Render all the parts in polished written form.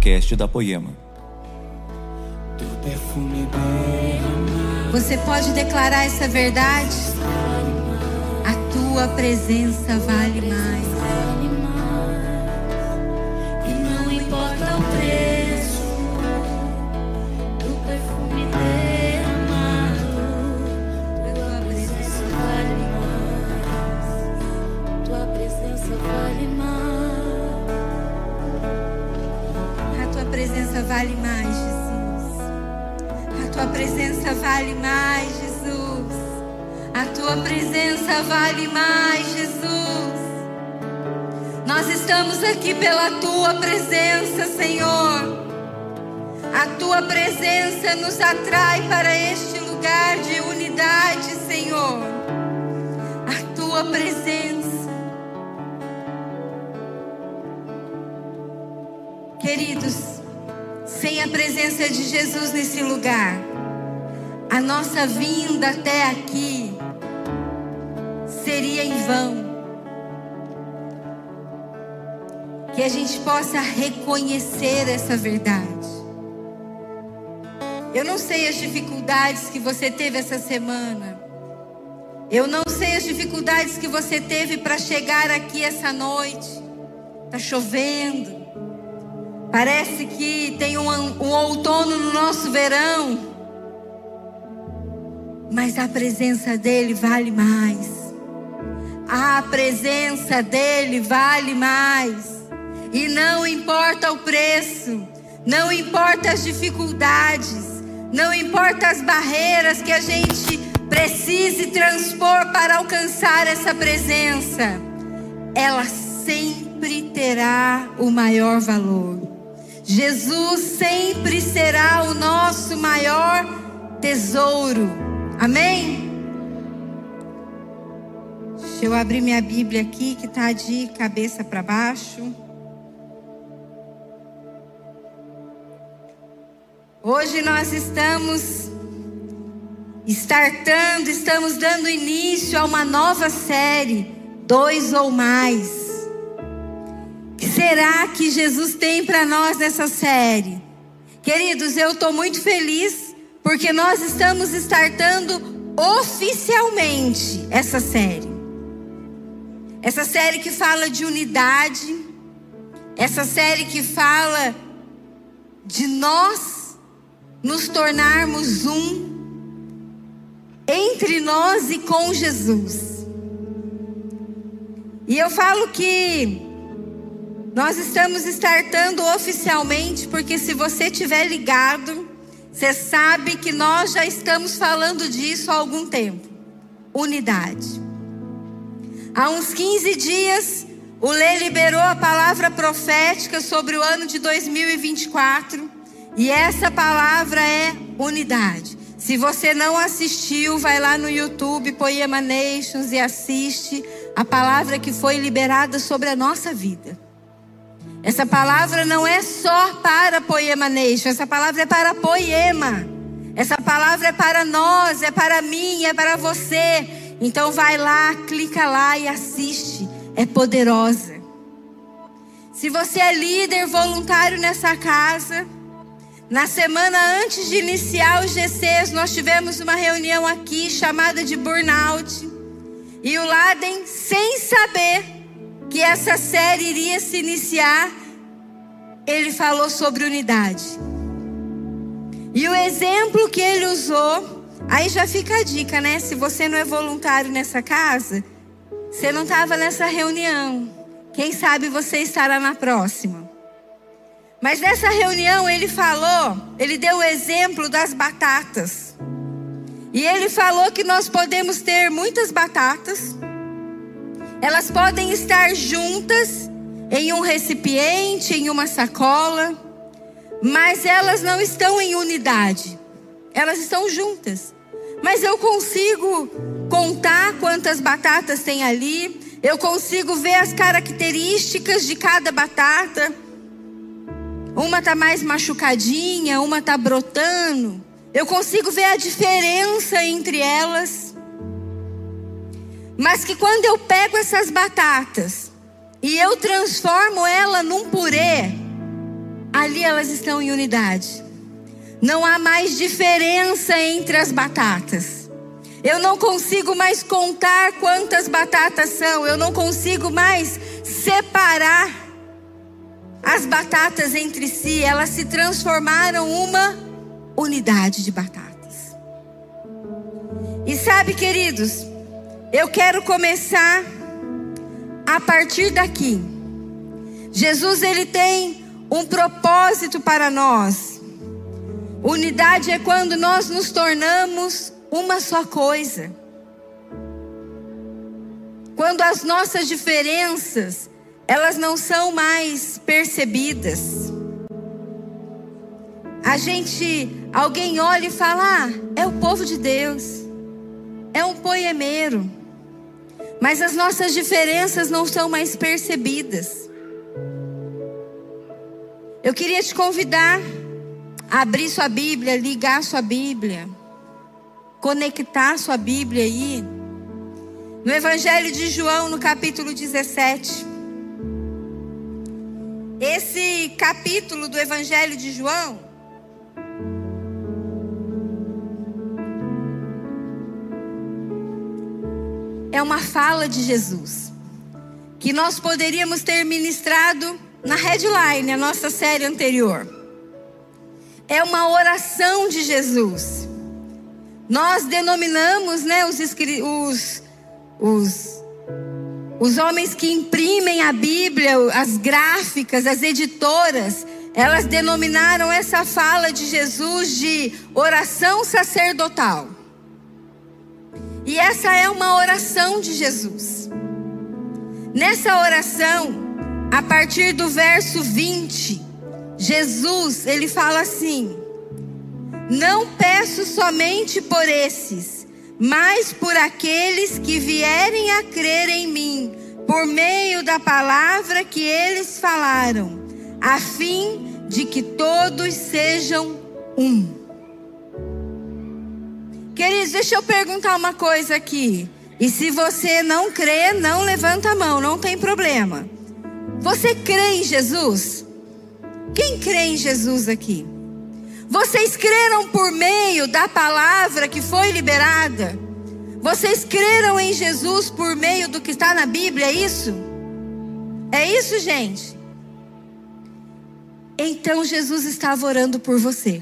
podcast da Poema. Você pode declarar essa verdade? A tua presença vale mais. E não importa o preço do perfume derramado, tua presença vale mais. Tua presença vale mais. A tua presença vale mais, Jesus. A tua presença vale mais, Jesus. A tua presença vale mais, Jesus. Nós estamos aqui pela tua presença, Senhor. A tua presença nos atrai para este lugar de unidade, Senhor. A tua presença. Queridos, sem a presença de Jesus nesse lugar, a nossa vinda até aqui seria em vão. Que a gente possa reconhecer essa verdade. Eu não sei as dificuldades que você teve essa semana. Eu não sei as dificuldades que você teve para chegar aqui essa noite. Tá chovendo. Parece que tem um outono no nosso verão. Mas a presença dele vale mais. A presença dele vale mais. E não importa o preço, não importa as dificuldades, não importa as barreiras que a gente precise transpor para alcançar essa presença, ela sempre terá o maior valor. Jesus sempre será o nosso maior tesouro. Amém? Deixa eu abrir minha Bíblia aqui, que está de cabeça para baixo. Hoje nós estamos dando início a uma nova série, 2 ou mais. O que será que Jesus tem para nós nessa série? Queridos, eu estou muito feliz porque nós estamos startando oficialmente essa série. Essa série que fala de unidade, essa série que fala de nós nos tornarmos um entre nós e com Jesus. E eu falo que nós estamos startando oficialmente porque se você estiver ligado, você sabe que nós já estamos falando disso há algum tempo. Unidade. Há uns 15 dias, o Lê liberou a palavra profética sobre o ano de 2024. E essa palavra é unidade. Se você não assistiu, vai lá no YouTube, Poema Nations, e assiste a palavra que foi liberada sobre a nossa vida. Essa palavra não é só para Poema Nations, essa palavra é para Poema. Essa palavra é para nós, é para mim, é para você. Então vai lá, clica lá e assiste. É poderosa. Se você é líder voluntário nessa casa, na semana antes de iniciar os GCs, nós tivemos uma reunião aqui chamada de burnout. E o Laden, sem saber que essa série iria se iniciar, ele falou sobre unidade. E o exemplo que ele usou, aí já fica a dica, né? Se você não é voluntário nessa casa, você não estava nessa reunião. Quem sabe você estará na próxima. Mas nessa reunião ele deu o exemplo das batatas. E ele falou que nós podemos ter muitas batatas. Elas podem estar juntas em um recipiente, em uma sacola. Mas elas não estão em unidade. Elas estão juntas. Mas eu consigo contar quantas batatas tem ali. Eu consigo ver as características de cada batata. Uma está mais machucadinha, uma está brotando. Eu consigo ver a diferença entre elas. Mas que quando eu pego essas batatas e eu transformo ela num purê, ali elas estão em unidade. Não há mais diferença entre as batatas. Eu não consigo mais contar quantas batatas são. Eu não consigo mais separar as batatas entre si. Elas se transformaram uma unidade de batatas. E sabe, queridos, eu quero começar a partir daqui. Jesus, ele tem um propósito para nós. Unidade é quando nós nos tornamos uma só coisa. Quando as nossas diferenças, elas não são mais percebidas. Alguém olha e fala, é o povo de Deus, é um poemeiro. Mas as nossas diferenças não são mais percebidas. Eu queria te convidar a abrir sua Bíblia, ligar sua Bíblia, conectar sua Bíblia aí, no Evangelho de João, no capítulo 17. Esse capítulo do Evangelho de João é uma fala de Jesus, que nós poderíamos ter ministrado na headline, a nossa série anterior. É uma oração de Jesus. Nós denominamos, né, os homens que imprimem a Bíblia, as gráficas, as editoras, elas denominaram essa fala de Jesus de oração sacerdotal. E essa é uma oração de Jesus. Nessa oração, a partir do verso 20, Jesus, ele fala assim: não peço somente por esses, mas por aqueles que vierem a crer em mim, por meio da palavra que eles falaram, a fim de que todos sejam um. Queridos, deixa eu perguntar uma coisa aqui. E se você não crê, não levanta a mão, não tem problema. Você crê em Jesus? Quem crê em Jesus aqui? Vocês creram por meio da palavra que foi liberada? Vocês creram em Jesus por meio do que está na Bíblia, é isso? É isso, gente? Então Jesus estava orando por você.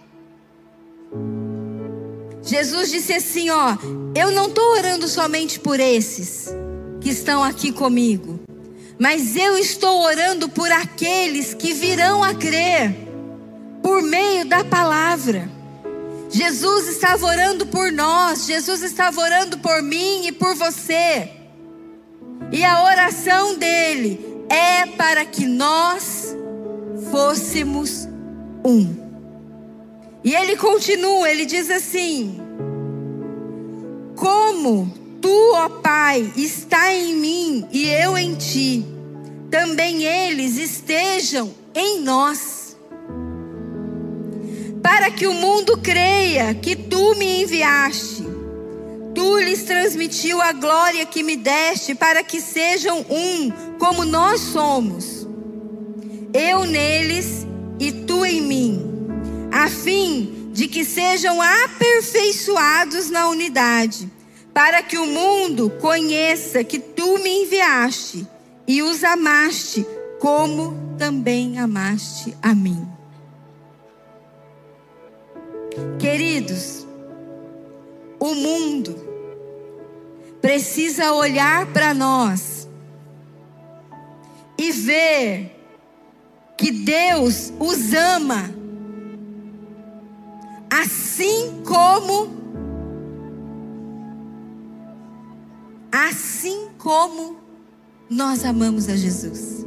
Jesus disse assim, ó, eu não estou orando somente por esses que estão aqui comigo, mas eu estou orando por aqueles que virão a crer por meio da palavra. Jesus estava orando por nós, Jesus estava orando por mim e por você. E a oração dele é para que nós fôssemos um. E ele continua, ele diz assim: como tu, ó Pai, está em mim e eu em ti, também eles estejam em nós, para que o mundo creia que tu me enviaste. Tu lhes transmitiu a glória que me deste, para que sejam um, como nós somos. Eu neles e tu em mim, a fim de que sejam aperfeiçoados na unidade, para que o mundo conheça que tu me enviaste e os amaste, como também amaste a mim. Queridos, o mundo precisa olhar para nós e ver que Deus os ama, assim como nós amamos a Jesus.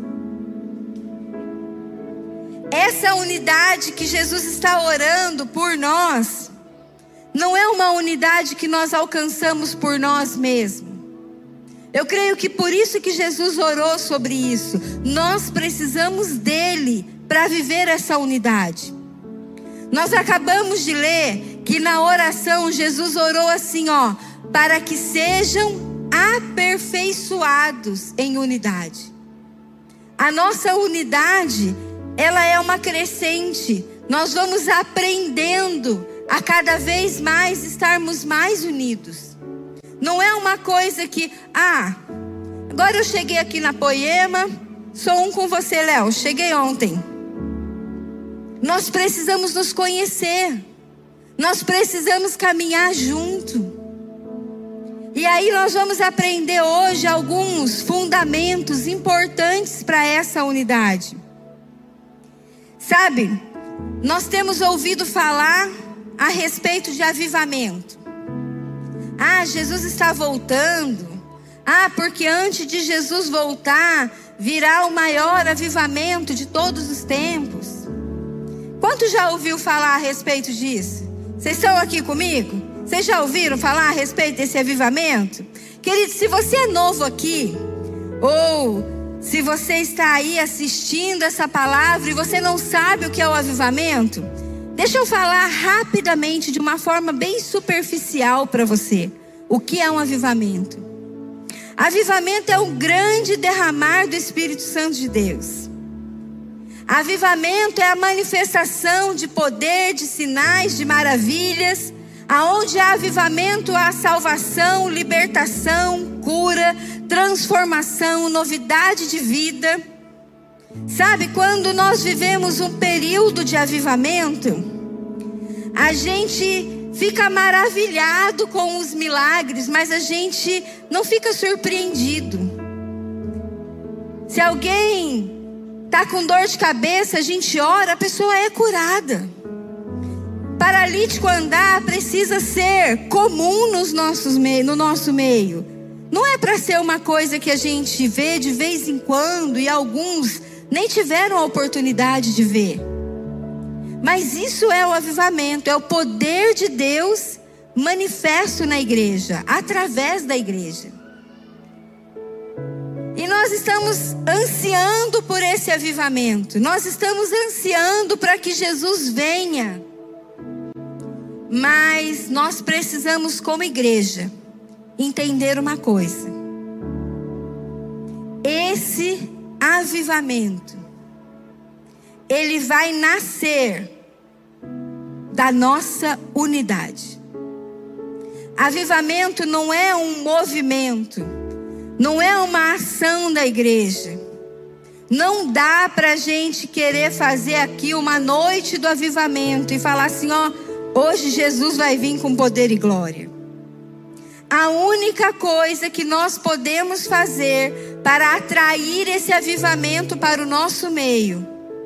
Essa unidade que Jesus está orando por nós, não é uma unidade que nós alcançamos por nós mesmos. Eu creio que por isso que Jesus orou sobre isso. Nós precisamos dele para viver essa unidade. Nós acabamos de ler que na oração Jesus orou assim, ó, para que sejam aperfeiçoados em unidade. A nossa unidade ela é uma crescente. Nós vamos aprendendo a cada vez mais estarmos mais unidos. Não é uma coisa que, agora eu cheguei aqui na Poema, sou um com você, Léo, cheguei ontem. Nós precisamos nos conhecer. Nós precisamos caminhar junto. E aí nós vamos aprender hoje alguns fundamentos importantes para essa unidade. Sabe, nós temos ouvido falar a respeito de avivamento. Jesus está voltando. Porque antes de Jesus voltar, virá o maior avivamento de todos os tempos. Quantos já ouviu falar a respeito disso? Vocês estão aqui comigo? Vocês já ouviram falar a respeito desse avivamento? Querido, se você é novo aqui, ou se você está aí assistindo essa palavra e você não sabe o que é o avivamento, deixa eu falar rapidamente, de uma forma bem superficial para você, o que é um avivamento. Avivamento é um grande derramar do Espírito Santo de Deus. Avivamento é a manifestação de poder, de sinais, de maravilhas. Aonde há avivamento, há salvação, libertação, cura, transformação, novidade de vida. Sabe, quando nós vivemos um período de avivamento, a gente fica maravilhado com os milagres, mas a gente não fica surpreendido. Se alguém está com dor de cabeça, a gente ora, a pessoa é curada. Paralítico andar precisa ser comum no nosso meio. Não é para ser uma coisa que a gente vê de vez em quando, e alguns nem tiveram a oportunidade de ver. Mas isso é o avivamento, é o poder de Deus manifesto na igreja, através da igreja. E nós estamos ansiando por esse avivamento. Nós estamos ansiando para que Jesus venha. Mas nós precisamos, como igreja, entender uma coisa. Esse avivamento, ele vai nascer da nossa unidade. Avivamento não é um movimento, não é uma ação da igreja. Não dá para a gente querer fazer aqui uma noite do avivamento e falar assim, hoje Jesus vai vir com poder e glória. A única coisa que nós podemos fazer para atrair esse avivamento para o nosso meio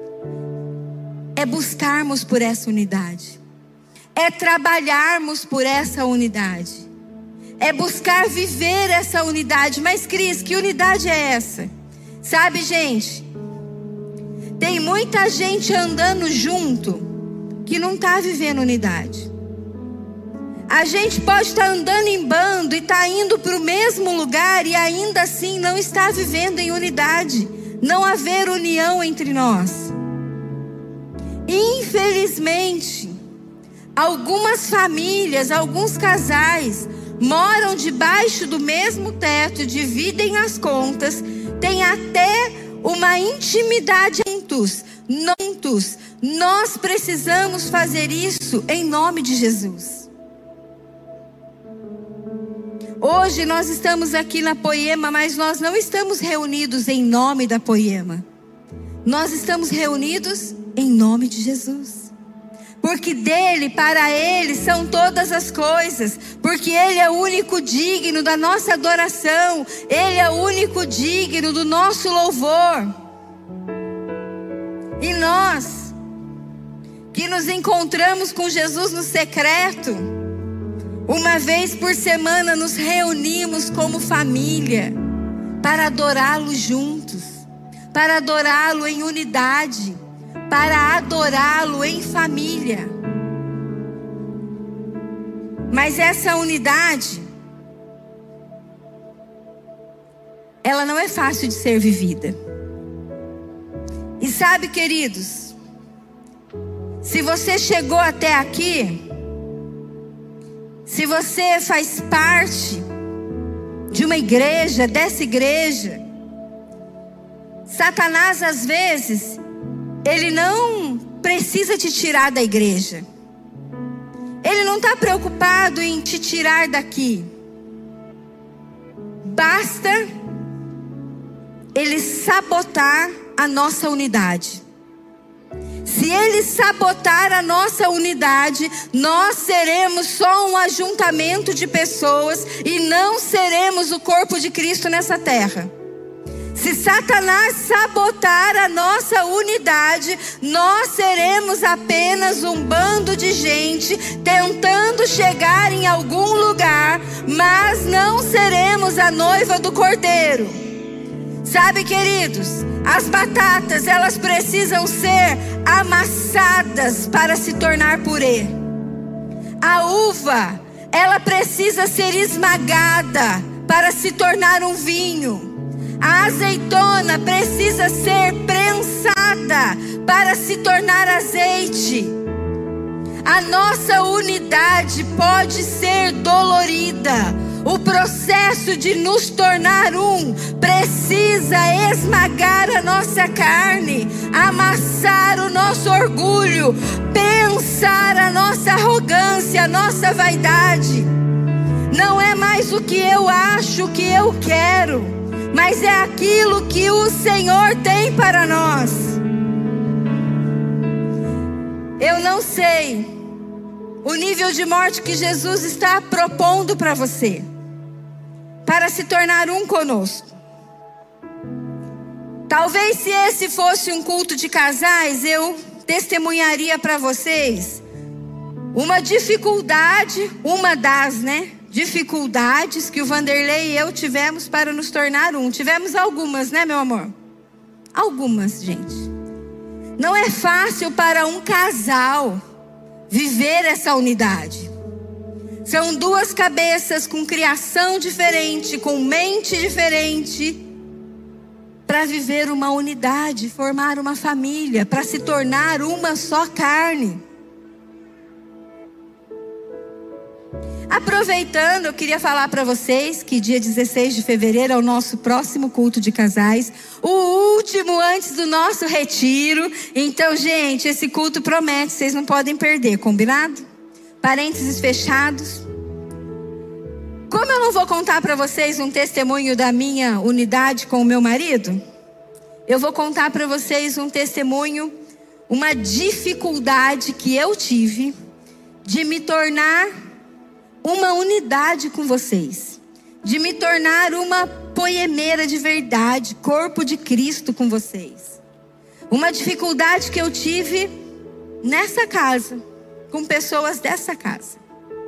é buscarmos por essa unidade. É trabalharmos por essa unidade. É buscar viver essa unidade. Mas Cris, que unidade é essa? Sabe, gente, tem muita gente andando junto que não está vivendo unidade. A gente pode estar andando em bando e está indo para o mesmo lugar e ainda assim não está vivendo em unidade. Não haver união entre nós. Infelizmente, algumas famílias, alguns casais moram debaixo do mesmo teto, dividem as contas, têm até uma intimidade juntos. Nós precisamos fazer isso em nome de Jesus. Hoje nós estamos aqui na Poema, mas nós não estamos reunidos em nome da Poema. Nós estamos reunidos em nome de Jesus. Porque dele, para ele, são todas as coisas. Porque ele é o único digno da nossa adoração. Ele é o único digno do nosso louvor. E nós, que nos encontramos com Jesus no secreto, uma vez por semana nos reunimos como família para adorá-lo juntos, para adorá-lo em unidade, para adorá-lo em família. Mas essa unidade, ela não é fácil de ser vivida. E sabe, queridos, se você chegou até aqui, se você faz parte de uma igreja, dessa igreja, Satanás às vezes, Ele não precisa te tirar da igreja. Ele não está preocupado em te tirar daqui. Basta ele sabotar a nossa unidade. Se ele sabotar a nossa unidade, nós seremos só um ajuntamento de pessoas e não seremos o corpo de Cristo nessa terra. Se Satanás sabotar a nossa unidade, nós seremos apenas um bando de gente tentando chegar em algum lugar, mas não seremos a noiva do Cordeiro. Sabe, queridos, as batatas, elas precisam ser amassadas para se tornar purê. A uva, ela precisa ser esmagada para se tornar um vinho. A azeitona precisa ser prensada para se tornar azeite. A nossa unidade pode ser dolorida. O processo de nos tornar um precisa esmagar a nossa carne, amassar o nosso orgulho, pensar a nossa arrogância, a nossa vaidade. Não é mais o que eu acho, o que eu quero, mas é aquilo que o Senhor tem para nós. Eu não sei o nível de morte que Jesus está propondo para você, para se tornar um conosco. Talvez se esse fosse um culto de casais, eu testemunharia para vocês uma dificuldade, uma das, dificuldades que o Vanderlei e eu tivemos para nos tornar um. Tivemos algumas, meu amor? Algumas, gente. Não é fácil para um casal viver essa unidade. São duas cabeças com criação diferente, com mente diferente, para viver uma unidade, formar uma família, para se tornar uma só carne. Aproveitando, eu queria falar para vocês que dia 16 de fevereiro é o nosso próximo culto de casais, o último antes do nosso retiro. Então, gente, esse culto promete, vocês não podem perder, combinado? Parênteses fechados. Como eu não vou contar para vocês um testemunho da minha unidade com o meu marido, eu vou contar para vocês um testemunho, uma dificuldade que eu tive de me tornar uma unidade com vocês, de me tornar uma poemeira de verdade, corpo de Cristo com vocês. Uma dificuldade que eu tive nessa casa, com pessoas dessa casa.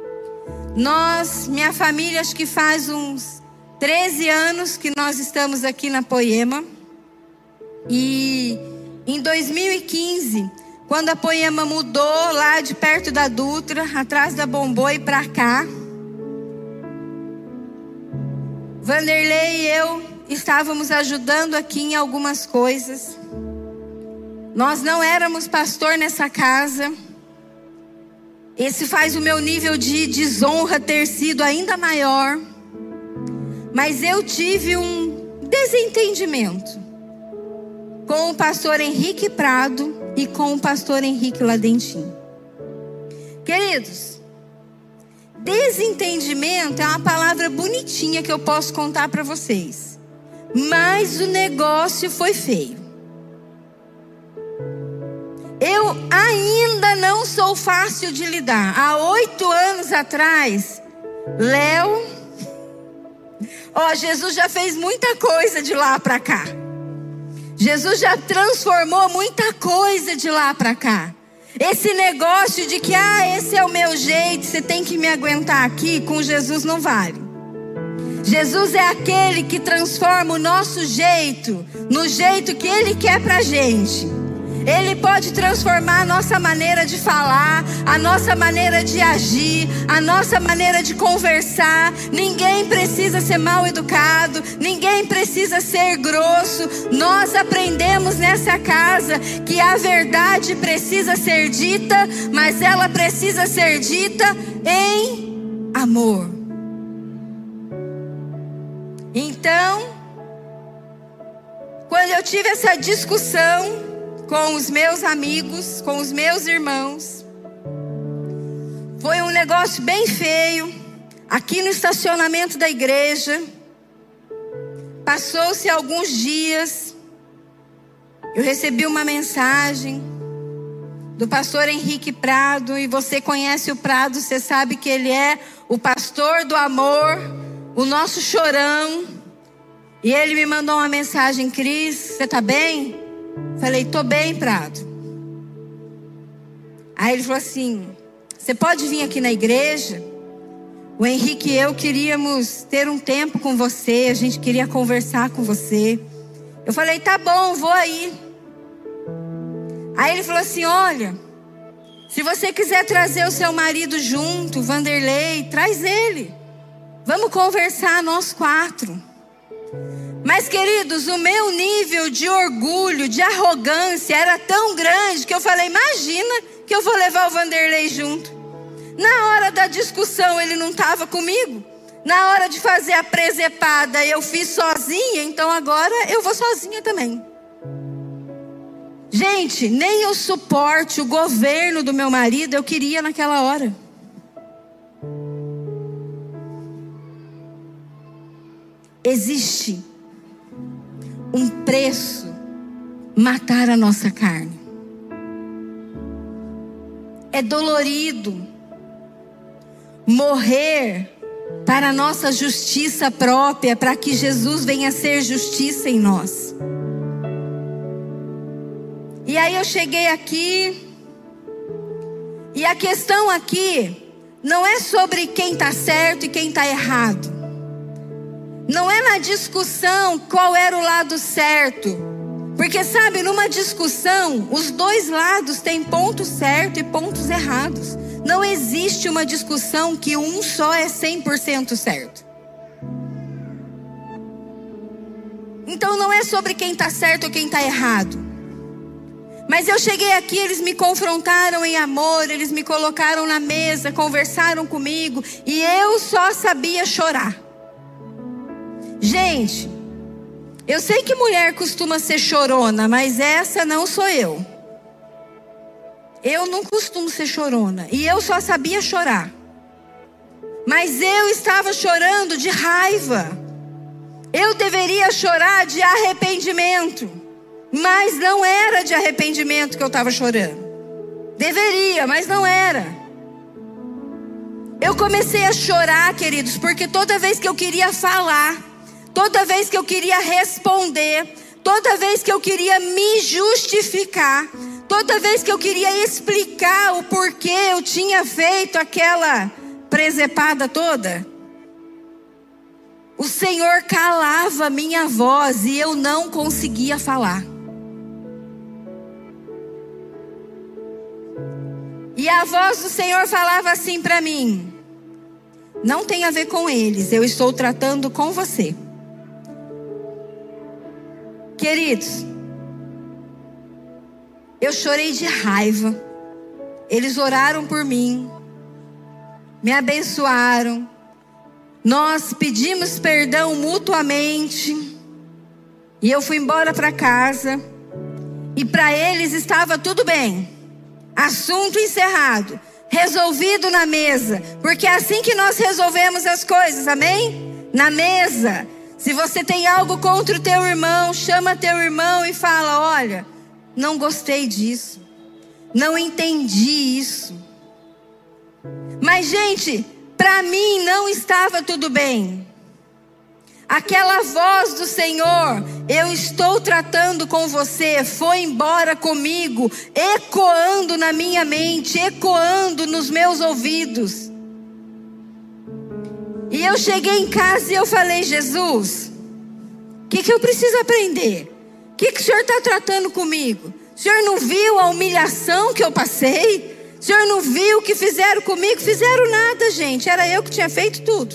Minha família, acho que faz uns 13 anos que nós estamos aqui na Poema. E em 2015, quando a Poema mudou lá de perto da Dutra, atrás da Bomboi para cá, Vanderlei e eu estávamos ajudando aqui em algumas coisas. Nós não éramos pastor nessa casa. Esse faz o meu nível de desonra ter sido ainda maior. Mas eu tive um desentendimento com o pastor Henrique Prado e com o pastor Henrique Ladentim. Queridos, desentendimento é uma palavra bonitinha que eu posso contar para vocês. Mas o negócio foi feio. Eu ainda não sou fácil de lidar. Há 8 anos atrás, Léo, Jesus já fez muita coisa de lá para cá. Jesus já transformou muita coisa de lá para cá. Esse negócio de que, esse é o meu jeito, você tem que me aguentar aqui, com Jesus não vale. Jesus é aquele que transforma o nosso jeito, no jeito que Ele quer pra gente. Ele pode transformar a nossa maneira de falar, a nossa maneira de agir, a nossa maneira de conversar. Ninguém precisa ser mal educado, ninguém precisa ser grosso. Nós aprendemos nessa casa que a verdade precisa ser dita, mas ela precisa ser dita em amor. Então, quando eu tive essa discussão com os meus amigos, com os meus irmãos. Foi um negócio bem feio, aqui no estacionamento da igreja. Passou-se alguns dias, eu recebi uma mensagem do pastor Henrique Prado, e você conhece o Prado, você sabe que ele é o pastor do amor, o nosso chorão. E ele me mandou uma mensagem: Cris, você tá bem? Falei: tô bem, Prado. Aí ele falou assim: você pode vir aqui na igreja? O Henrique e eu queríamos ter um tempo com você, a gente queria conversar com você. Eu falei: tá bom, vou aí. Aí ele falou assim: olha, se você quiser trazer o seu marido junto, Vanderlei, traz ele. Vamos conversar nós 4. Mas, queridos, o meu nível de orgulho, de arrogância era tão grande que eu falei: imagina que eu vou levar o Vanderlei junto. Na hora da discussão ele não estava comigo. Na hora de fazer a presepada eu fiz sozinha, então agora eu vou sozinha também. Gente, nem o suporte, o governo do meu marido eu queria naquela hora. Existe um preço matar a nossa carne. É dolorido morrer para a nossa justiça própria, para que Jesus venha ser justiça em nós. E aí eu cheguei aqui, e a questão aqui não é sobre quem está certo e quem está errado. Não é na discussão qual era o lado certo. Porque sabe, numa discussão, os dois lados têm pontos certos e pontos errados. Não existe uma discussão que um só é 100% certo. Então não é sobre quem está certo ou quem está errado. Mas eu cheguei aqui, eles me confrontaram em amor, eles me colocaram na mesa, conversaram comigo, e eu só sabia chorar. Gente, eu sei que mulher costuma ser chorona, mas essa não sou eu. Eu não costumo ser chorona, e eu só sabia chorar. Mas eu estava chorando de raiva. Eu deveria chorar de arrependimento, mas não era de arrependimento que eu estava chorando. Deveria, mas não era. Eu comecei a chorar, queridos, porque toda vez que eu queria falar, toda vez que eu queria responder, toda vez que eu queria me justificar, toda vez que eu queria explicar o porquê eu tinha feito aquela presepada toda, o Senhor calava minha voz e eu não conseguia falar. E a voz do Senhor falava assim para mim: não tem a ver com eles, eu estou tratando com você. Queridos, eu chorei de raiva. Eles oraram por mim, me abençoaram. Nós pedimos perdão mutuamente. E eu fui embora para casa. E para eles estava tudo bem. Assunto encerrado, resolvido na mesa. Porque é assim que nós resolvemos as coisas, amém? Na mesa. Se você tem algo contra o teu irmão, chama teu irmão e fala: olha, não gostei disso, não entendi isso. Mas, gente, para mim não estava tudo bem. Aquela voz do Senhor: eu estou tratando com você, foi embora comigo, ecoando na minha mente, ecoando nos meus ouvidos. E eu cheguei em casa e eu falei: Jesus, o que eu preciso aprender? O que o Senhor está tratando comigo? O Senhor não viu a humilhação que eu passei? O Senhor não viu o que fizeram comigo? Fizeram nada, gente. Era eu que tinha feito tudo.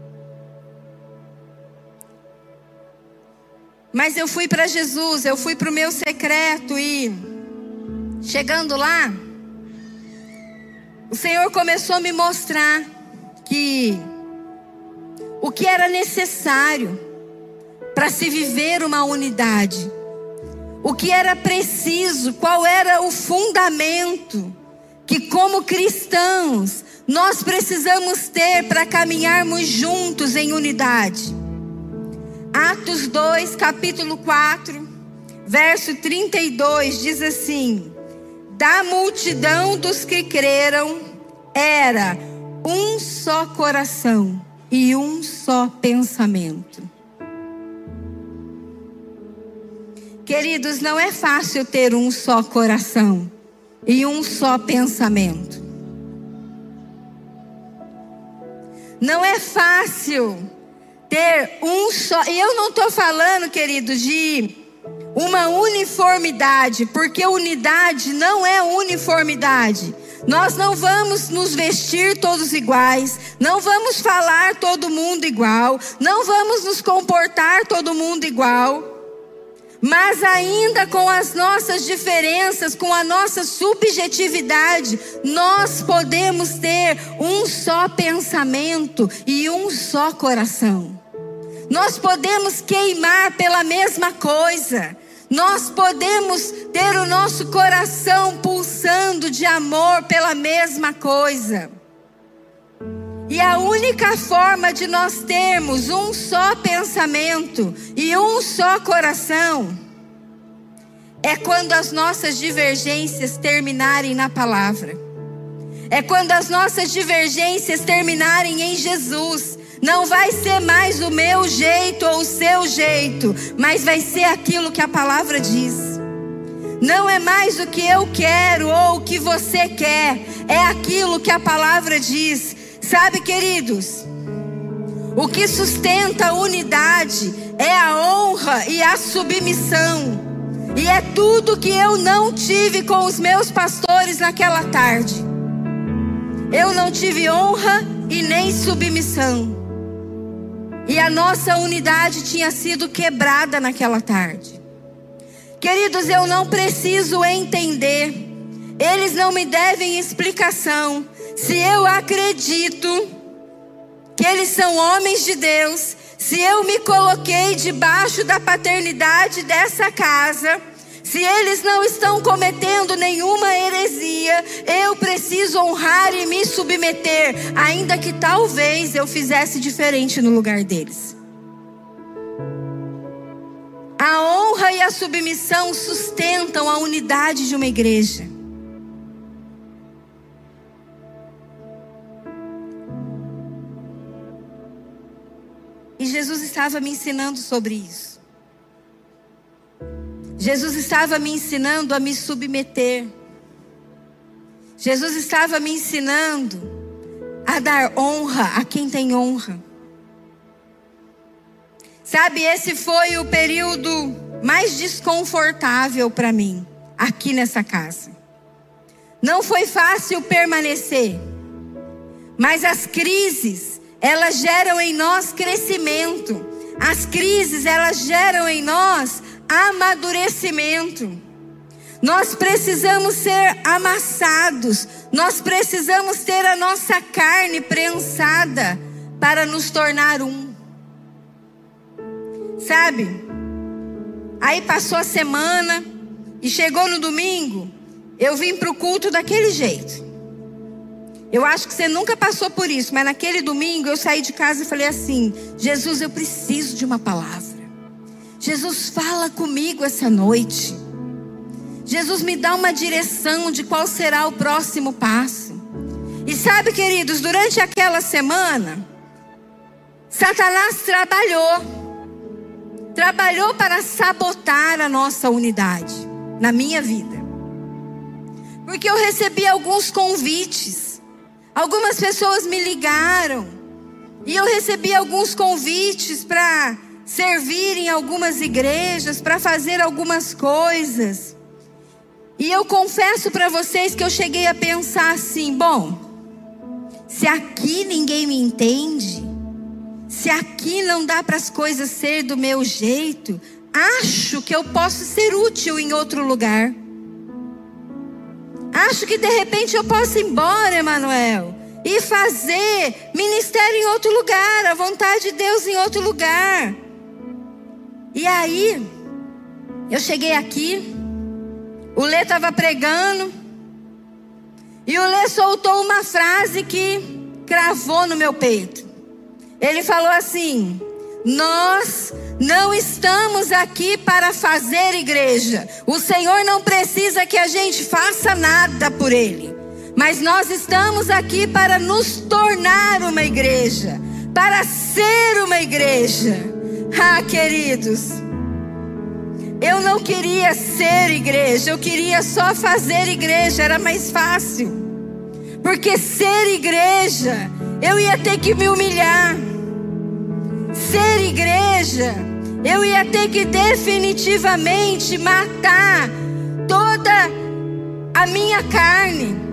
Mas eu fui para Jesus, eu fui para o meu secreto, e chegando lá, o Senhor começou a me mostrar que o que era necessário para se viver uma unidade, o que era preciso, qual era o fundamento que como cristãos nós precisamos ter para caminharmos juntos em unidade. Atos 2, capítulo 4, verso 32 diz assim: da multidão dos que creram era um só coração e um só pensamento. Queridos, não é fácil ter um só coração e um só pensamento. Não é fácil ter um só. E eu não estou falando, querido, de uma uniformidade, porque unidade não é uniformidade. Nós não vamos nos vestir todos iguais, não vamos falar todo mundo igual, não vamos nos comportar todo mundo igual. Mas ainda com as nossas diferenças, com a nossa subjetividade, nós podemos ter um só pensamento e um só coração. Nós podemos queimar pela mesma coisa. Nós podemos ter o nosso coração pulsando de amor pela mesma coisa. E a única forma de nós termos um só pensamento e um só coração é quando as nossas divergências terminarem na palavra. É quando as nossas divergências terminarem em Jesus. Não vai ser mais o meu jeito ou o seu jeito, mas vai ser aquilo que a palavra diz. Não é mais o que eu quero ou o que você quer, é aquilo que a palavra diz. Sabe, queridos, o que sustenta a unidade é a honra e a submissão. E é tudo que eu não tive com os meus pastores naquela tarde. Eu não tive honra e nem submissão. E a nossa unidade tinha sido quebrada naquela tarde. Queridos, eu não preciso entender. Eles não me devem explicação. Se eu acredito que eles são homens de Deus, se eu me coloquei debaixo da paternidade dessa casa, se eles não estão cometendo nenhuma heresia, eu preciso honrar e me submeter, ainda que talvez eu fizesse diferente no lugar deles. A honra e a submissão sustentam a unidade de uma igreja. E Jesus estava me ensinando sobre isso. Jesus estava me ensinando a me submeter. Jesus estava me ensinando a dar honra a quem tem honra. Sabe, esse foi o período mais desconfortável para mim, aqui nessa casa. Não foi fácil permanecer, mas as crises, elas geram em nós crescimento. As crises, elas geram em nós amadurecimento. Nós precisamos ser amassados. Nós precisamos ter a nossa carne prensada para nos tornar um. Sabe? Aí passou a semana e chegou no domingo, eu vim para o culto daquele jeito. Eu acho que você nunca passou por isso, mas naquele domingo eu saí de casa e falei assim: Jesus, eu preciso de uma palavra. Jesus, fala comigo essa noite. Jesus, me dá uma direção de qual será o próximo passo. E sabe, queridos, durante aquela semana, Satanás trabalhou para sabotar a nossa unidade na minha vida. Porque eu recebi alguns convites. Algumas pessoas me ligaram e eu recebi alguns convites para servir em algumas igrejas, para fazer algumas coisas. E eu confesso para vocês que eu cheguei a pensar assim: bom, se aqui ninguém me entende, se aqui não dá para as coisas ser do meu jeito, acho que eu posso ser útil em outro lugar. Acho que de repente eu posso ir embora, Emanuel, e fazer ministério em outro lugar, a vontade de Deus em outro lugar. E aí, Eu cheguei aqui, o Lê estava pregando, e o Lê soltou uma frase que cravou no meu peito. Ele falou assim: nós não estamos aqui para fazer igreja. O Senhor não precisa que a gente faça nada por Ele. Mas nós estamos aqui para nos tornar uma igreja, para ser uma igreja. Ah, queridos, eu não queria ser igreja, eu queria só fazer igreja, era mais fácil. Porque ser igreja, eu ia ter que me humilhar. Ser igreja, eu ia ter que definitivamente matar toda a minha carne.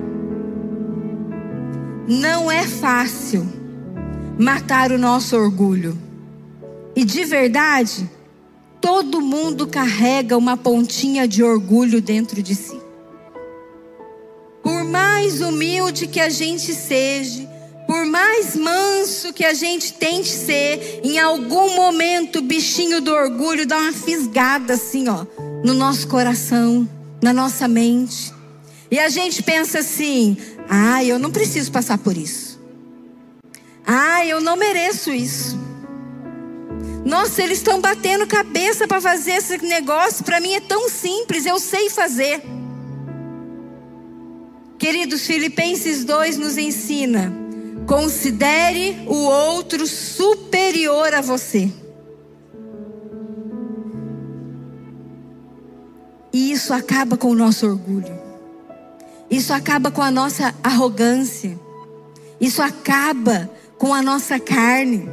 Não é fácil matar o nosso orgulho. E de verdade, todo mundo carrega uma pontinha de orgulho dentro de si. Por mais humilde que a gente seja, por mais manso que a gente tente ser, em algum momento o bichinho do orgulho dá uma fisgada assim, ó, no nosso coração, na nossa mente. E a gente pensa assim: ah, eu não preciso passar por isso. Ah, eu não mereço isso. Nossa, eles estão batendo cabeça para fazer esse negócio. Para mim é tão simples, eu sei fazer. Queridos, Filipenses 2 nos ensina: considere o outro superior a você. E isso acaba com o nosso orgulho. Isso acaba com a nossa arrogância. Isso acaba com a nossa carne.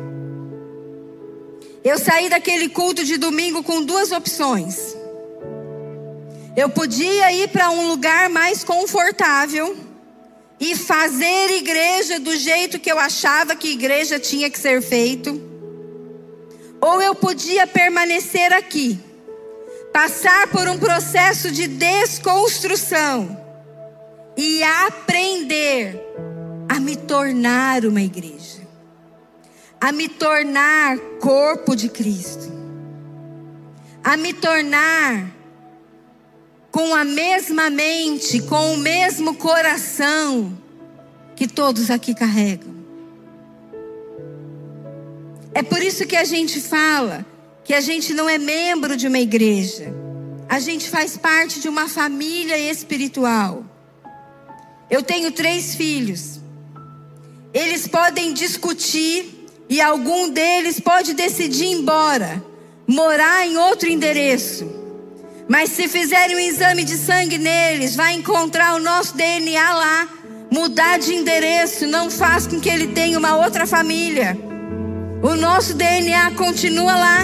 Eu saí daquele culto de domingo com duas opções. Eu podia ir para um lugar mais confortável e fazer igreja do jeito que eu achava que igreja tinha que ser feito. Ou eu podia permanecer aqui, passar por um processo de desconstrução e aprender a me tornar uma igreja, a me tornar corpo de Cristo, a me tornar com a mesma mente, com o mesmo coração que todos aqui carregam. É por isso que a gente fala que a gente não é membro de uma igreja, a gente faz parte de uma família espiritual. Eu tenho 3 filhos. Eles podem discutir e algum deles pode decidir ir embora, morar em outro endereço. Mas se fizerem um exame de sangue neles, vai encontrar o nosso DNA lá. Mudar de endereço não faz com que ele tenha uma outra família. O nosso DNA continua lá.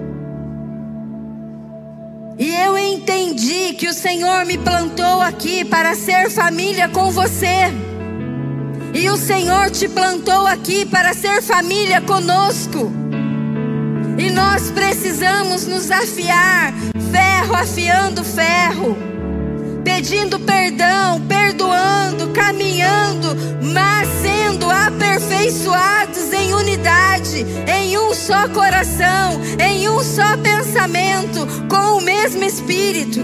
E eu entendi que o Senhor me plantou aqui para ser família com você. E o Senhor te plantou aqui para ser família conosco. E nós precisamos nos afiar, ferro afiando ferro, pedindo perdão, perdoando, caminhando, mas sendo aperfeiçoados em unidade, em um só coração, em um só pensamento, com o mesmo Espírito.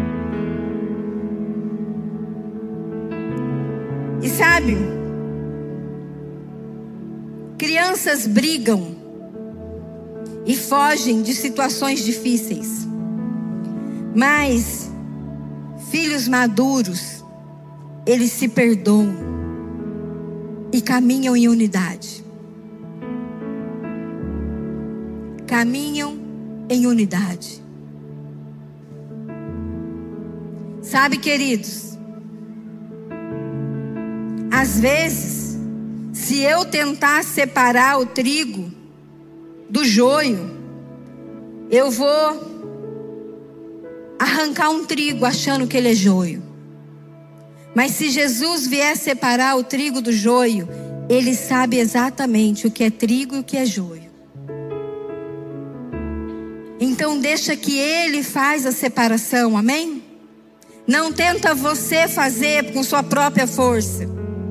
E sabe, crianças brigam e fogem de situações difíceis, mas filhos maduros, eles se perdoam e caminham em unidade. Caminham em unidade. Sabe, queridos, às vezes, se eu tentar separar o trigo do joio, eu vou arrancar um trigo achando que ele é joio. Mas se Jesus vier separar o trigo do joio, ele sabe exatamente o que é trigo e o que é joio. Então deixa que ele faz a separação, amém? Não tenta você fazer com sua própria força.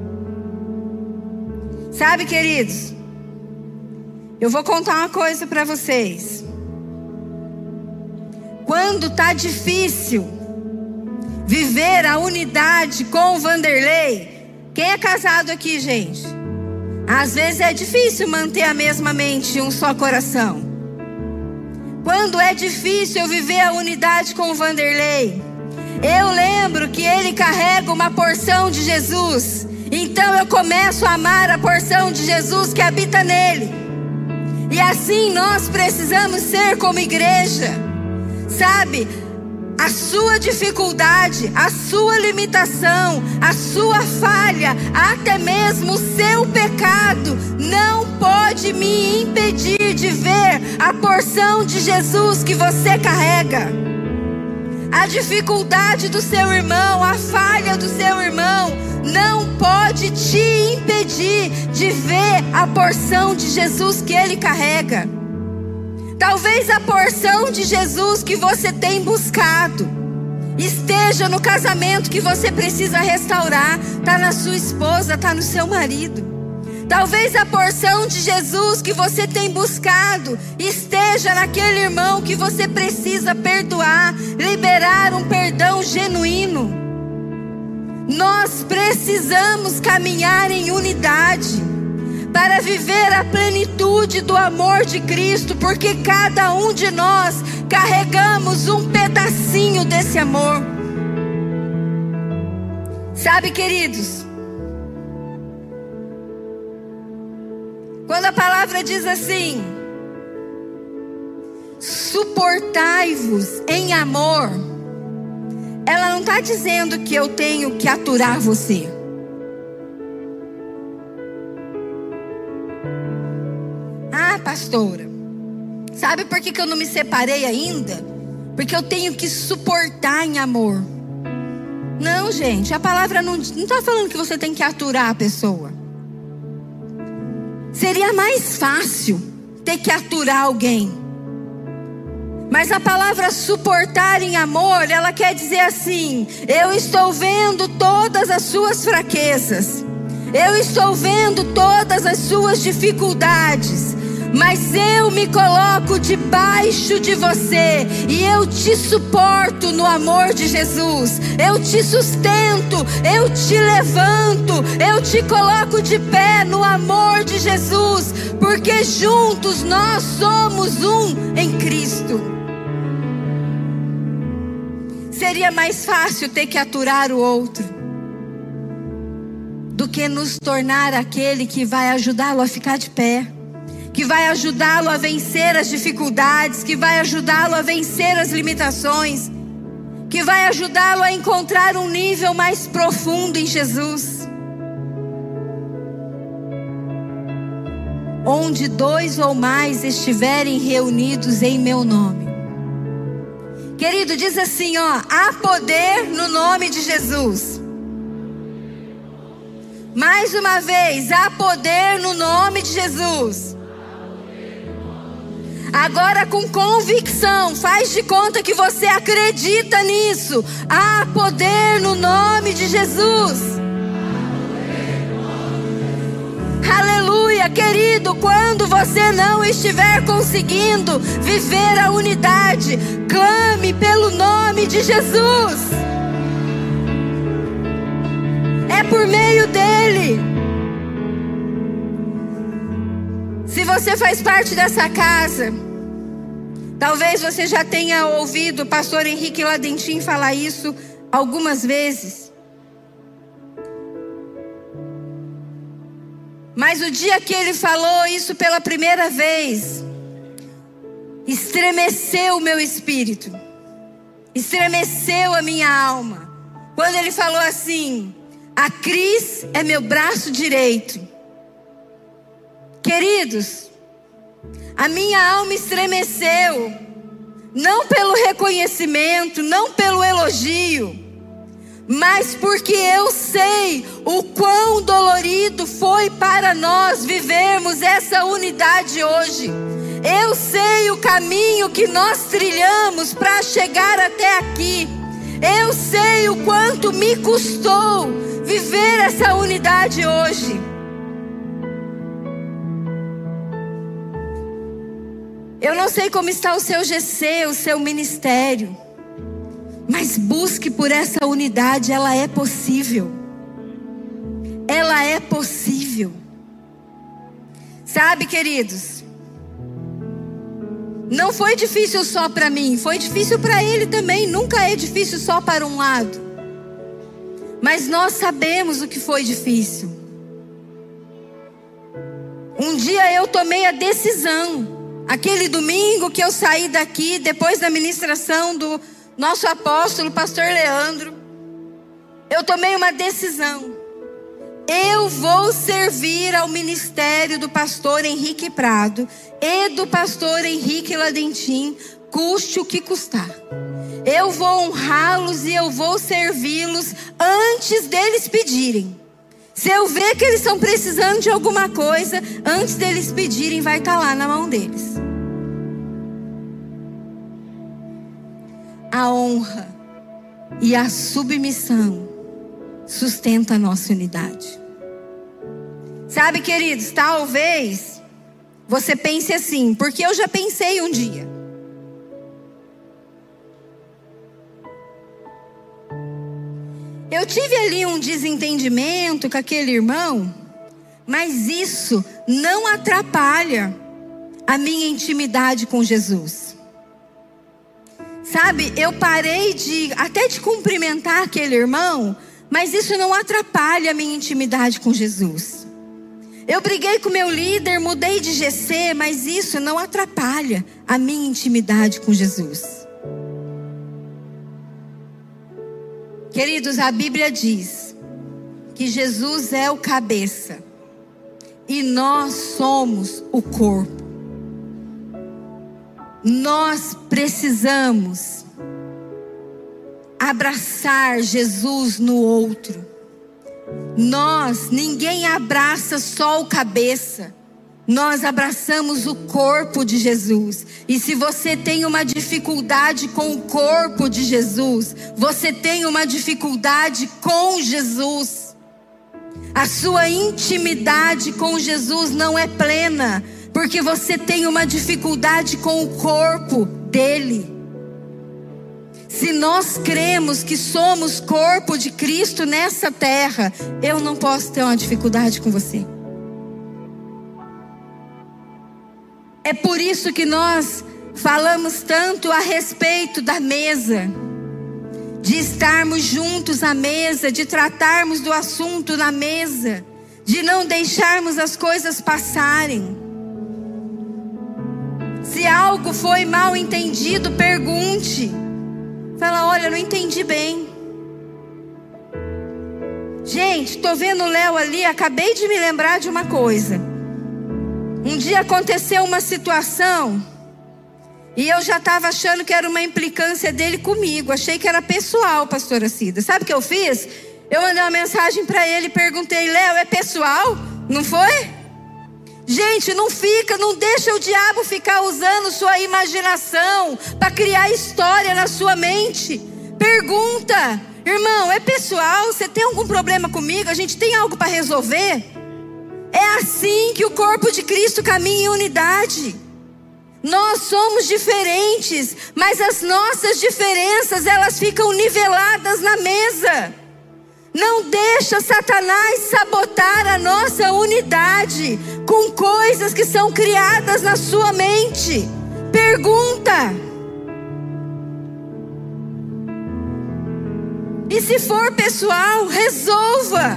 Sabe, queridos, eu vou contar uma coisa para vocês. quando tá difícil viver a unidade com o Vanderlei. Quem é casado aqui, gente? Às vezes é difícil manter a mesma mente e um só coração. Quando é difícil eu viver a unidade com o Vanderlei, eu lembro que ele carrega uma porção de Jesus. Então eu começo a amar a porção de Jesus que habita nele. E assim nós precisamos ser como igreja. Sabe? A sua dificuldade, a sua limitação, a sua falha, até mesmo o seu pecado, não pode me impedir de ver a porção de Jesus que você carrega. A dificuldade do seu irmão, a falha do seu irmão, não pode te impedir de ver a porção de Jesus que ele carrega. Talvez a porção de Jesus que você tem buscado esteja no casamento que você precisa restaurar. Está na sua esposa, está no seu marido. Talvez a porção de Jesus que você tem buscado esteja naquele irmão que você precisa perdoar, liberar um perdão genuíno. Nós precisamos caminhar em unidade para viver a plenitude do amor de Cristo, porque cada um de nós carregamos um pedacinho desse amor. Sabe, queridos, quando a palavra diz assim: suportai-vos em amor, ela não está dizendo que eu tenho que aturar você. Ah, pastora, sabe por que eu não me separei ainda? Porque eu tenho que suportar em amor. Não, gente, a palavra não está falando que você tem que aturar a pessoa. Seria mais fácil ter que aturar alguém. Mas a palavra suportar em amor, ela quer dizer assim: eu estou vendo todas as suas fraquezas, eu estou vendo todas as suas dificuldades, mas eu me coloco debaixo de você e eu te suporto no amor de Jesus. Eu te sustento, eu te levanto, eu te coloco de pé no amor de Jesus, porque juntos nós somos um em Cristo. Seria mais fácil ter que aturar o outro do que nos tornar aquele que vai ajudá-lo a ficar de pé, que vai ajudá-lo a vencer as dificuldades, que vai ajudá-lo a vencer as limitações, que vai ajudá-lo a encontrar um nível mais profundo em Jesus. Onde 2 ou mais estiverem reunidos em meu nome. Querido, diz assim, ó: há poder no nome de Jesus. Mais uma vez, há poder no nome de Jesus. Agora com convicção, faz de conta que você acredita nisso. Há poder no nome de Jesus. Aleluia, querido. Quando você não estiver conseguindo viver a unidade, clame pelo nome de Jesus. É por meio dele. Se você faz parte dessa casa, talvez você já tenha ouvido o pastor Henrique Ladentim falar isso algumas vezes. Mas o dia que ele falou isso pela primeira vez, estremeceu o meu espírito, estremeceu a minha alma. Quando ele falou assim: a Cris é meu braço direito. Queridos, a minha alma estremeceu, não pelo reconhecimento, não pelo elogio, mas porque eu sei o quão dolorido foi para nós vivermos essa unidade hoje. Eu sei o caminho que nós trilhamos para chegar até aqui. Eu sei o quanto me custou viver essa unidade hoje. Eu não sei como está o seu GC, o seu ministério, mas busque por essa unidade, ela é possível. Ela é possível. Sabe, queridos, não foi difícil só para mim, foi difícil para ele também. Nunca é difícil só para um lado. Mas nós sabemos o que foi difícil. Um dia eu tomei a decisão, aquele domingo que eu saí daqui, depois da ministração do nosso apóstolo, pastor Leandro, eu tomei uma decisão. Eu vou servir ao ministério do pastor Henrique Prado e do pastor Henrique Ladentim, custe o que custar. Eu vou honrá-los e eu vou servi-los antes deles pedirem. Se eu ver que eles estão precisando de alguma coisa, antes deles pedirem, vai estar lá na mão deles. A honra e a submissão sustenta a nossa unidade. Sabe, queridos, talvez você pense assim, porque eu já pensei um dia. Eu tive ali um desentendimento com aquele irmão, mas isso não atrapalha a minha intimidade com Jesus. Sabe, eu parei até de cumprimentar aquele irmão, mas isso não atrapalha a minha intimidade com Jesus. Eu briguei com meu líder, mudei de GC, mas isso não atrapalha a minha intimidade com Jesus. Queridos, a Bíblia diz que Jesus é o cabeça e nós somos o corpo. Nós precisamos abraçar Jesus no outro. Ninguém abraça só o cabeça. Nós abraçamos o corpo de Jesus. E se você tem uma dificuldade com o corpo de Jesus, você tem uma dificuldade com Jesus. A sua intimidade com Jesus não é plena, porque você tem uma dificuldade com o corpo dele. Se nós cremos que somos corpo de Cristo nessa terra, eu não posso ter uma dificuldade com você. É por isso que nós falamos tanto a respeito da mesa, de estarmos juntos à mesa, de tratarmos do assunto na mesa, de não deixarmos as coisas passarem. Se algo foi mal entendido, pergunte. Fala, olha, não entendi bem. Gente, tô vendo o Léo ali, acabei de me lembrar de uma coisa. Um dia aconteceu uma situação e eu já estava achando que era uma implicância dele comigo. Achei que era pessoal, pastora Cida. Sabe o que eu fiz? Eu mandei uma mensagem para ele e perguntei, Léo, é pessoal? Não foi? Gente, não deixa o diabo ficar usando sua imaginação para criar história na sua mente. Pergunta, irmão, é pessoal? Você tem algum problema comigo? A gente tem algo para resolver? É assim que o corpo de Cristo caminha em unidade. Nós somos diferentes, mas as nossas diferenças, elas ficam niveladas na mesa. Não deixa Satanás sabotar a nossa unidade com coisas que são criadas na sua mente. Pergunta. E se for pessoal, resolva.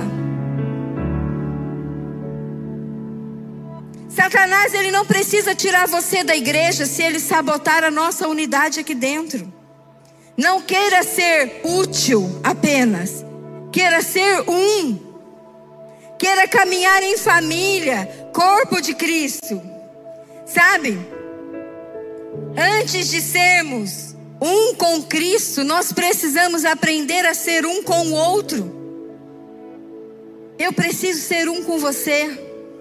Satanás, ele não precisa tirar você da igreja se ele sabotar a nossa unidade aqui dentro. Não queira ser útil apenas. Queira ser um. Queira caminhar em família, corpo de Cristo. Sabe? Antes de sermos um com Cristo, nós precisamos aprender a ser um com o outro. Eu preciso ser um com você.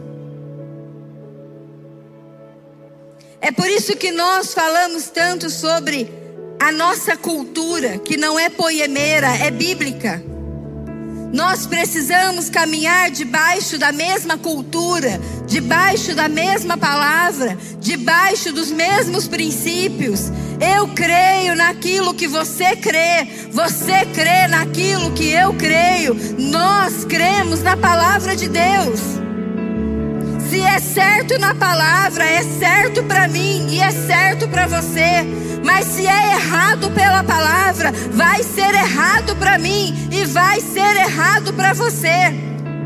É por isso que nós falamos tanto sobre a nossa cultura, que não é poemeira, é bíblica. Nós precisamos caminhar debaixo da mesma cultura, debaixo da mesma palavra, debaixo dos mesmos princípios. Eu creio naquilo que você crê naquilo que eu creio. Nós cremos na palavra de Deus. Se é certo na palavra, é certo para mim e é certo para você. Mas se é errado pela palavra, vai ser errado para mim e vai ser errado para você.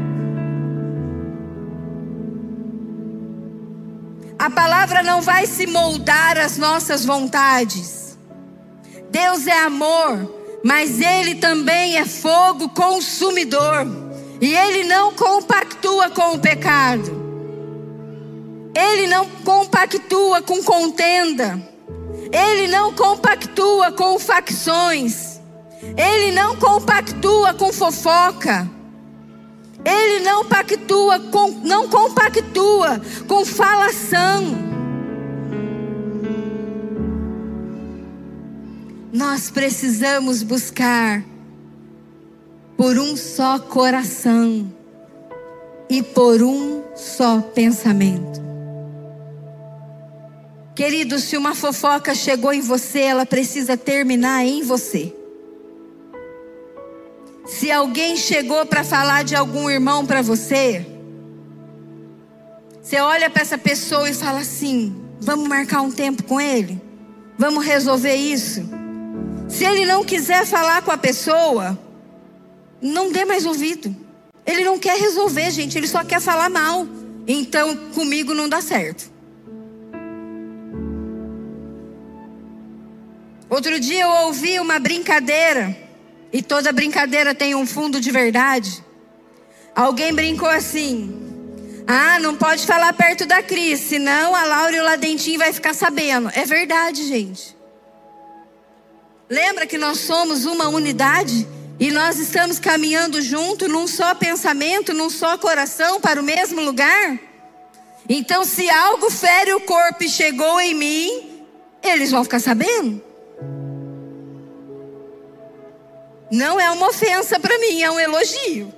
A palavra não vai se moldar às nossas vontades. Deus é amor, mas Ele também é fogo consumidor. E Ele não compactua com o pecado. Ele não compactua com contenda. Ele não compactua com facções. Ele não compactua com fofoca. Ele não compactua com falação. Nós precisamos buscar por um só coração e por um só pensamento. Querido, se uma fofoca chegou em você, ela precisa terminar em você. Se alguém chegou para falar de algum irmão para você, você olha para essa pessoa e fala assim: vamos marcar um tempo com ele? Vamos resolver isso? Se ele não quiser falar com a pessoa, não dê mais ouvido. Ele não quer resolver, gente, ele só quer falar mal. Então comigo não dá certo. Outro dia eu ouvi uma brincadeira, e toda brincadeira tem um fundo de verdade. Alguém brincou assim: ah, não pode falar perto da Cris, senão a Laura e o Ladentinho vai ficar sabendo. É verdade, gente. Lembra que nós somos uma unidade? E nós estamos caminhando junto num só pensamento, num só coração, para o mesmo lugar? Então se algo fere o corpo e chegou em mim, eles vão ficar sabendo. Não é uma ofensa para mim, é um elogio.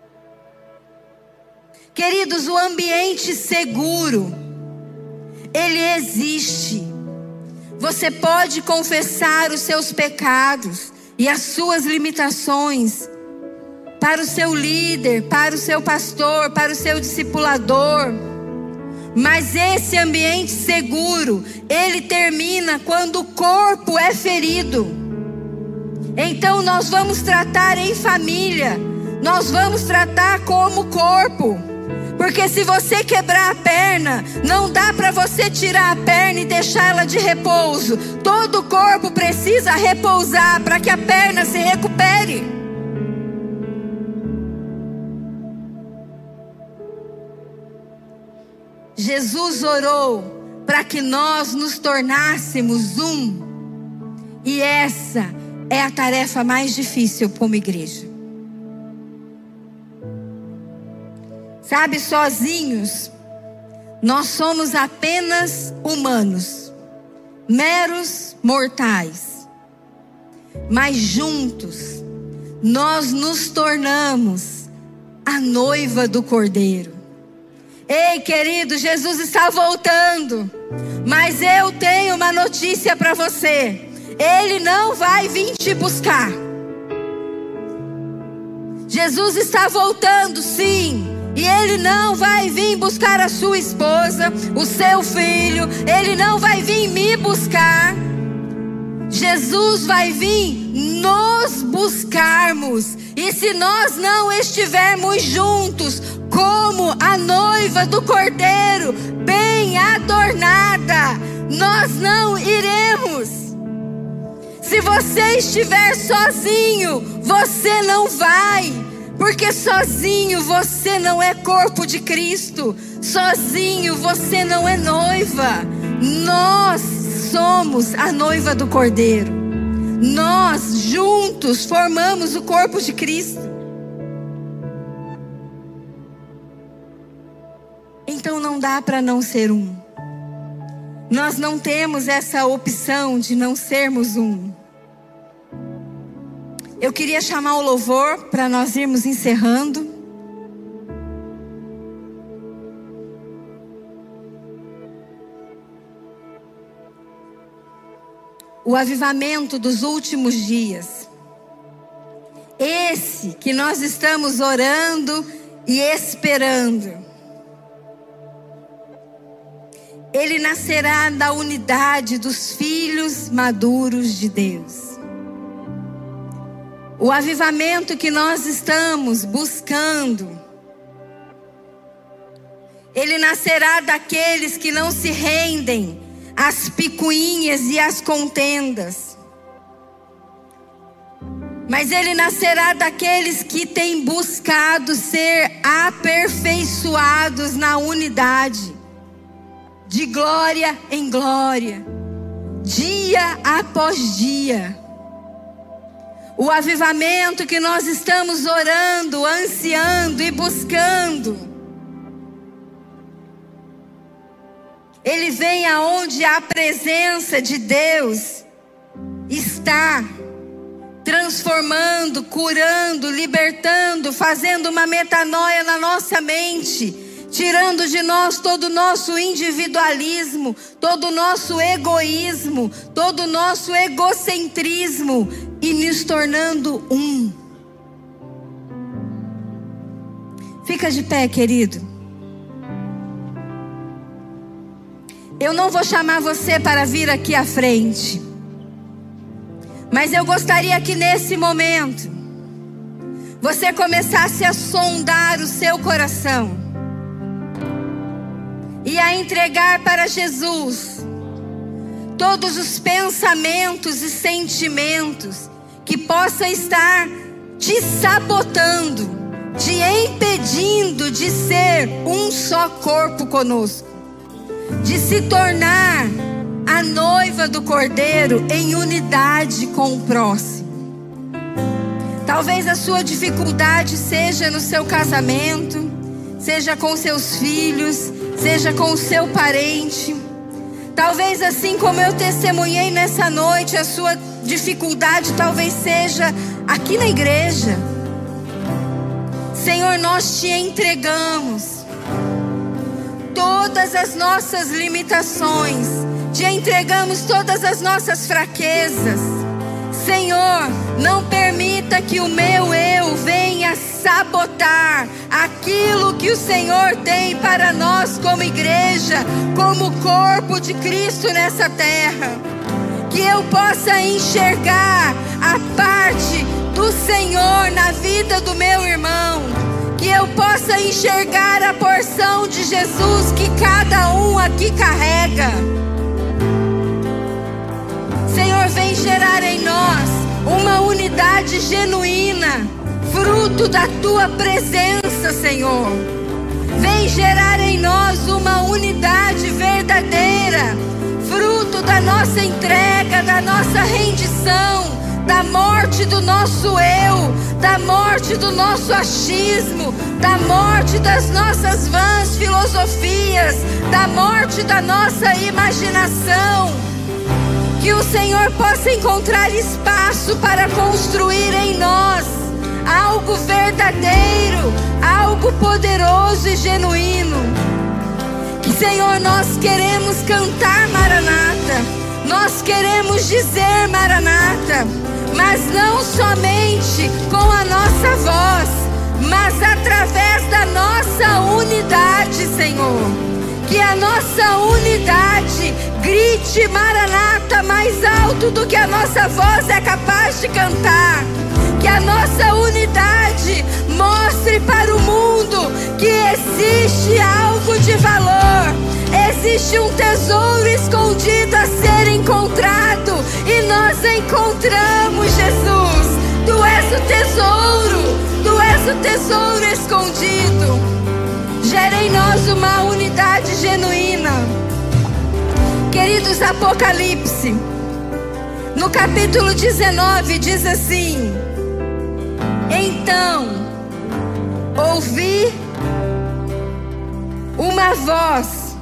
Queridos, o ambiente seguro, ele existe. Você pode confessar os seus pecados e as suas limitações para o seu líder, para o seu pastor, para o seu discipulador. Mas esse ambiente seguro, ele termina quando o corpo é ferido. Então nós vamos tratar em família, nós vamos tratar como corpo. Porque se você quebrar a perna, não dá para você tirar a perna e deixar ela de repouso. Todo o corpo precisa repousar para que a perna se recupere. Jesus orou para que nós nos tornássemos um. E essa é a tarefa mais difícil como igreja. Sabe, sozinhos, nós somos apenas humanos, meros mortais. Mas juntos, nós nos tornamos a noiva do Cordeiro. Ei, querido, Jesus está voltando. Mas eu tenho uma notícia para você. Ele não vai vir te buscar. Jesus está voltando, sim. E Ele não vai vir buscar a sua esposa, o seu filho. Ele não vai vir me buscar. Jesus vai vir nos buscarmos. E se nós não estivermos juntos, como a noiva do Cordeiro, bem adornada, nós não iremos. Se você estiver sozinho, você não vai. Porque sozinho você não é corpo de Cristo. Sozinho você não é noiva. Nós somos a noiva do Cordeiro. Nós juntos formamos o corpo de Cristo. Então não dá para não ser um. Nós não temos essa opção de não sermos um. Eu queria chamar o louvor para nós irmos encerrando. O avivamento dos últimos dias. Esse que nós estamos orando e esperando. Ele nascerá da unidade dos filhos maduros de Deus. O avivamento que nós estamos buscando, ele nascerá daqueles que não se rendem às picuinhas e às contendas. Mas ele nascerá daqueles que têm buscado ser aperfeiçoados na unidade, de glória em glória, dia após dia. O avivamento que nós estamos orando, ansiando e buscando, ele vem aonde a presença de Deus está transformando, curando, libertando, fazendo uma metanoia na nossa mente, tirando de nós todo o nosso individualismo, todo o nosso egoísmo, todo o nosso egocentrismo e nos tornando um. Fica de pé, querido. Eu não vou chamar você para vir aqui à frente, mas eu gostaria que nesse momento você começasse a sondar o seu coração e a entregar para Jesus todos os pensamentos e sentimentos que possam estar te sabotando, te impedindo de ser um só corpo conosco, de se tornar a noiva do Cordeiro em unidade com o próximo. Talvez a sua dificuldade seja no seu casamento, seja com seus filhos, seja com o seu parente. Talvez, assim como eu testemunhei nessa noite, a sua dificuldade talvez seja aqui na igreja. Senhor, nós te entregamos todas as nossas limitações, te entregamos todas as nossas fraquezas. Senhor, não permita que o meu eu venha sabotar aquilo que o Senhor tem para nós como igreja, como corpo de Cristo nessa terra. Que eu possa enxergar a parte do Senhor na vida do meu irmão. Que eu possa enxergar a porção de Jesus que cada um aqui carrega. Senhor, vem gerar em nós uma unidade genuína, fruto da tua presença, Senhor. Vem gerar em nós uma unidade verdadeira, fruto da nossa entrega, da nossa rendição, da morte do nosso eu, da morte do nosso achismo, da morte das nossas vãs filosofias, da morte da nossa imaginação. Que o Senhor possa encontrar espaço para construir em nós algo verdadeiro, algo poderoso e genuíno. Que, Senhor, nós queremos cantar Maranata, nós queremos dizer Maranata, mas não somente com a nossa voz, mas através da nossa unidade, Senhor. Que a nossa unidade grite Maranata mais alto do que a nossa voz é capaz de cantar. Que a nossa unidade mostre para o mundo que existe algo de valor. Existe um tesouro escondido a ser encontrado. E nós encontramos, Jesus. Tu és o tesouro. Tu és o tesouro escondido. Gera em nós uma unidade genuína. Queridos, Apocalipse, no capítulo 19, diz assim: então ouvi uma voz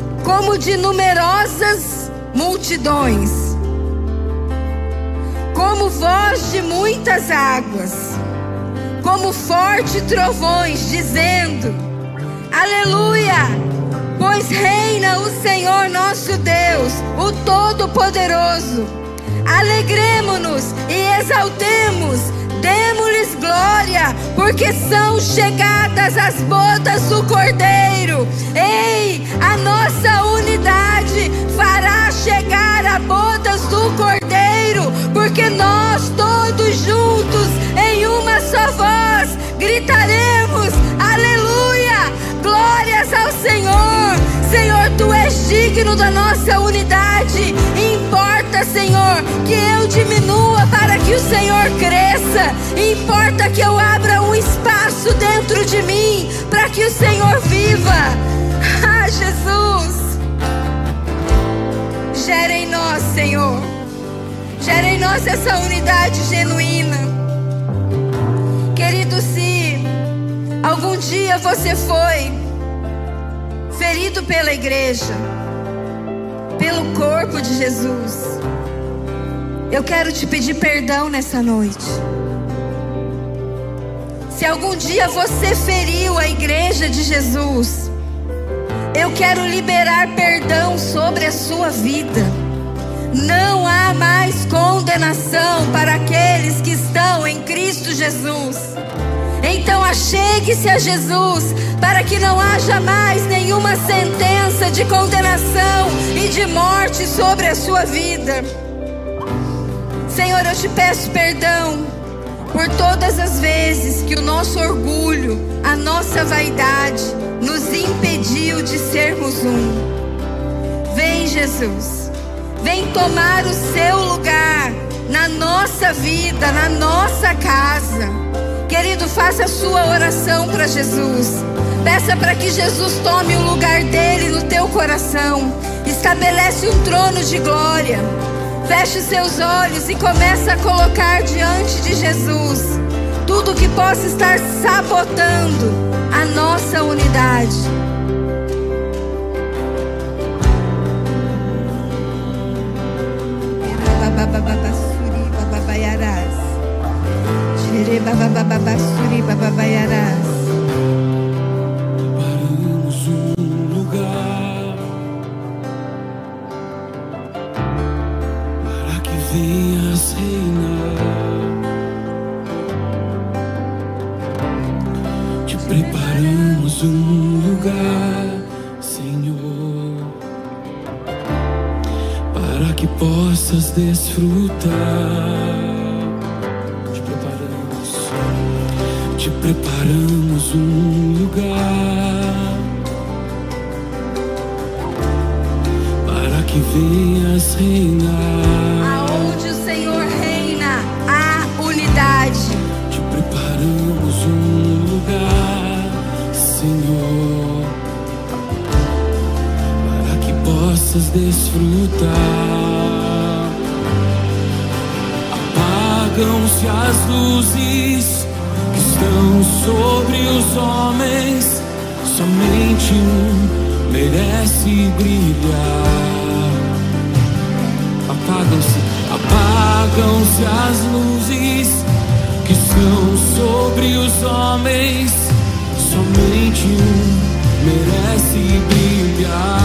como de numerosas multidões, como como voz de muitas águas, como fortes trovões, dizendo: aleluia, pois reina o Senhor nosso Deus, o Todo-Poderoso. Alegremo-nos e exaltemos, demo-lhes glória, porque são chegadas as bodas do Cordeiro. Ei, a nossa unidade fará chegar as bodas do Cordeiro, porque nós todos juntos, em uma só voz, gritaremos: aleluia, glórias ao Senhor. Senhor, Tu és digno da nossa unidade. Importa, Senhor, que eu diminua para que o Senhor cresça. Importa que eu abra um espaço dentro de mim para que o Senhor viva. Ah, Jesus, gera em nós, Senhor, gera em nós essa unidade genuína. Querido, se algum dia você foi ferido pela igreja, pelo corpo de Jesus, eu quero te pedir perdão nessa noite. Se algum dia você feriu a igreja de Jesus, eu quero liberar perdão sobre a sua vida. Não há mais condenação para aqueles que estão em Cristo Jesus. Então achegue-se a Jesus, para que não haja mais nenhuma sentença de condenação e de morte sobre a sua vida. Senhor, eu te peço perdão por todas as vezes que o nosso orgulho, a nossa vaidade nos impediu de sermos um. Vem, Jesus, vem tomar o seu lugar na nossa vida, na nossa casa. Querido, faça a sua oração para Jesus. Peça para que Jesus tome o lugar dele no teu coração. Estabelece um trono de glória. Feche seus olhos e começa a colocar diante de Jesus tudo que possa estar sabotando a nossa unidade. Preparamos um lugar para que venhas reinar. Te preparamos um lugar, Senhor, para que possas desfrutar. Te preparamos um lugar para que venhas reinar. Aonde o Senhor reina, há unidade. Te preparamos um lugar, Senhor, para que possas desfrutar. Apagam-se as luzes que estão sobre os homens, somente um merece brilhar. Apagam-se as luzes que estão sobre os homens, somente um merece brilhar.